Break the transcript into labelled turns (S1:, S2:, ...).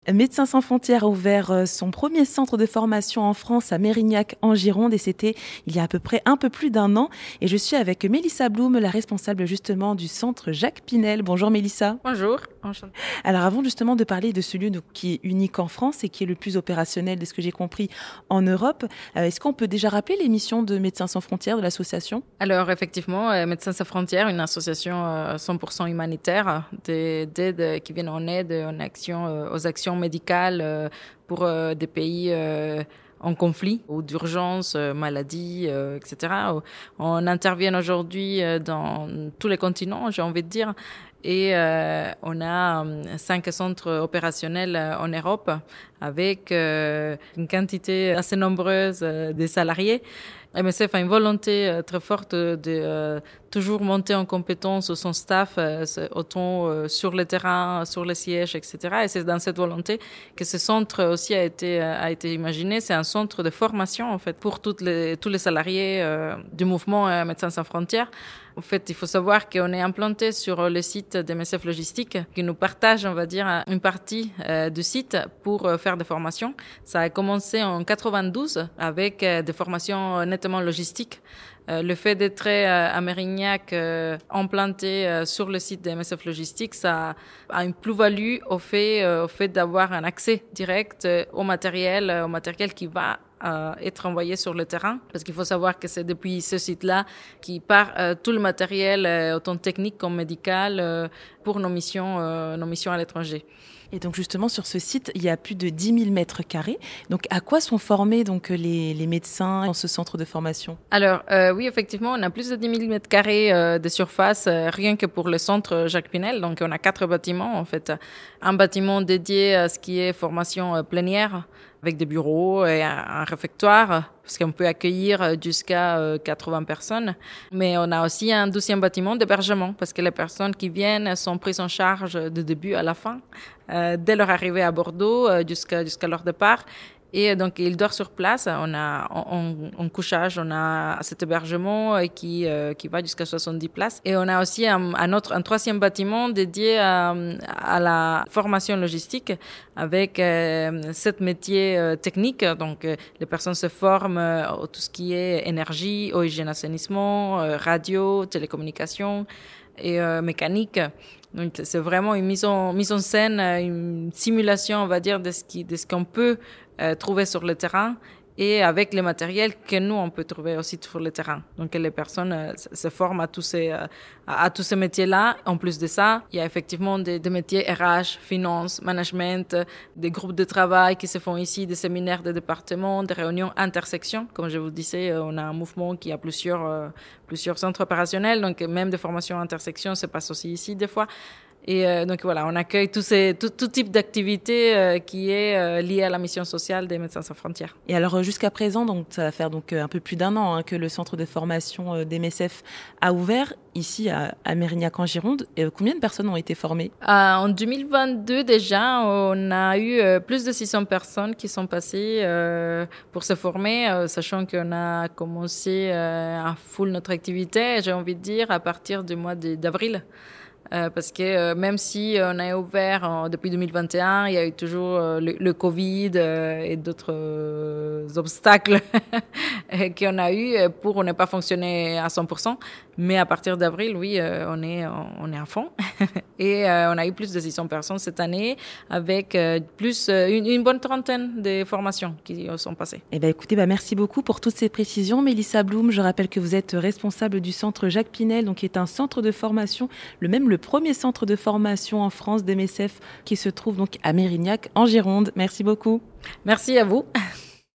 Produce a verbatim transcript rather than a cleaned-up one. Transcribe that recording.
S1: Médecins sans frontières a ouvert son premier centre de formation en France à Mérignac en Gironde et c'était il y a à peu près un peu plus d'un an. Et je suis avec Mélissa Blum, la responsable justement du centre Jacques Pinel. Bonjour Mélissa.
S2: Bonjour, enchantée.
S1: Alors avant justement de parler de ce lieu donc, qui est unique en France et qui est le plus opérationnel de ce que j'ai compris en Europe, euh, est-ce qu'on peut déjà rappeler les missions de Médecins sans frontières, de l'association ?
S2: Alors effectivement, euh, Médecins sans frontières, une association euh, cent pour cent humanitaire de- d'aide qui vient en aide en action, euh, aux actions médicales euh, pour euh, des pays euh, en conflit ou d'urgence, euh, maladies, euh, et cetera. On intervient aujourd'hui euh, dans tous les continents, j'ai envie de dire. Et euh, on a euh, cinq centres opérationnels euh, en Europe avec euh, une quantité assez nombreuse euh, de salariés. M S F a une volonté euh, très forte de, de euh, toujours monter en compétence son staff, euh, autant euh, sur le terrain, sur les sièges, et cetera. Et c'est dans cette volonté que ce centre aussi a été euh, a été imaginé. C'est un centre de formation en fait pour toutes les tous les salariés euh, du mouvement euh, Médecins sans frontières. En fait, il faut savoir qu'on est implanté sur le site d'M S F Logistique, qui nous partage, on va dire, une partie euh, du site pour euh, faire des formations. Ça a commencé en quatre-vingt-douze avec euh, des formations nettement logistiques. Euh, le fait d'être euh, à Mérignac euh, implanté euh, sur le site de M S F Logistique, ça a une plus-value au fait, euh, au fait d'avoir un accès direct euh, au matériel, euh, au matériel qui va euh, être envoyé sur le terrain. Parce qu'il faut savoir que c'est depuis ce site-là qui part euh, tout le matériel, euh, autant technique comme médical, euh, pour nos missions, euh, nos missions à l'étranger.
S1: Et donc justement sur ce site, il y a plus de dix mille mètres carrés. Donc à quoi sont formés donc les, les médecins dans ce centre de formation ?
S2: Alors euh, oui, effectivement, on a plus de dix mille mètres carrés euh, de surface euh, rien que pour le centre Jacques Pinel. Donc on a quatre bâtiments en fait. Un bâtiment dédié à ce qui est formation euh, plénière avec des bureaux et un, un réfectoire parce qu'on peut accueillir jusqu'à euh, quatre-vingts personnes. Mais on a aussi un deuxième bâtiment d'hébergement parce que les personnes qui viennent sont prises en charge du début à la fin, euh, dès leur arrivée à Bordeaux euh, jusqu'à jusqu'à leur départ. Et donc, ils dorment sur place. On a en, en couchage, on a cet hébergement qui euh, qui va jusqu'à soixante-dix places. Et on a aussi un, un autre, un troisième bâtiment dédié à, à la formation logistique avec euh, sept métiers euh, techniques. Donc, euh, les personnes se forment euh, à tout ce qui est énergie, eau, hygiène, assainissement, euh, radio, télécommunications et euh, mécanique. Donc, c'est vraiment une mise en, mise en scène, une simulation, on va dire, de ce qui, de ce qu'on peut euh, trouver sur le terrain et avec les matériels que nous, on peut trouver aussi sur le terrain. Donc, les personnes euh, se forment à tous ces, euh, à, à tous ces métiers-là. En plus de ça, il y a effectivement des, des métiers R H, finance, management, des groupes de travail qui se font ici, des séminaires de département, des réunions intersections. Comme je vous disais, on a un mouvement qui a plusieurs, euh, plusieurs centres opérationnels. Donc, même des formations intersections se passent aussi ici des fois. Et euh, donc voilà, on accueille tous ces, tout, tout type d'activité euh, qui est euh, lié à la mission sociale des Médecins sans frontières.
S1: Et alors jusqu'à présent, donc ça va faire donc un peu plus d'un an hein, que le centre de formation euh, d'M S F a ouvert ici à, à Mérignac en Gironde. Et, euh, combien de personnes ont été formées ?
S2: euh, En deux mille vingt-deux déjà, on a eu euh, plus de six cents personnes qui sont passées euh, pour se former, euh, sachant qu'on a commencé euh, à full notre activité, j'ai envie de dire, à partir du mois de, d'avril. Euh, parce que euh, même si on a ouvert euh, depuis deux mille vingt et un, il y a eu toujours euh, le, le Covid euh, et d'autres euh, obstacles qu'on a eu pour ne pas fonctionner à cent pour cent. Mais à partir d'avril, oui, euh, on est on est à fond. Et euh, on a eu plus de six cents personnes cette année avec euh, plus euh, une, une bonne trentaine de formations qui sont passées.
S1: Eh ben, écoutez, bah, merci beaucoup pour toutes ces précisions. Mélissa Blum, je rappelle que vous êtes responsable du centre Jacques Pinel, donc qui est un centre de formation, le même le premier centre de formation en France d'M S F qui se trouve donc à Mérignac en Gironde. Merci beaucoup.
S2: Merci à vous.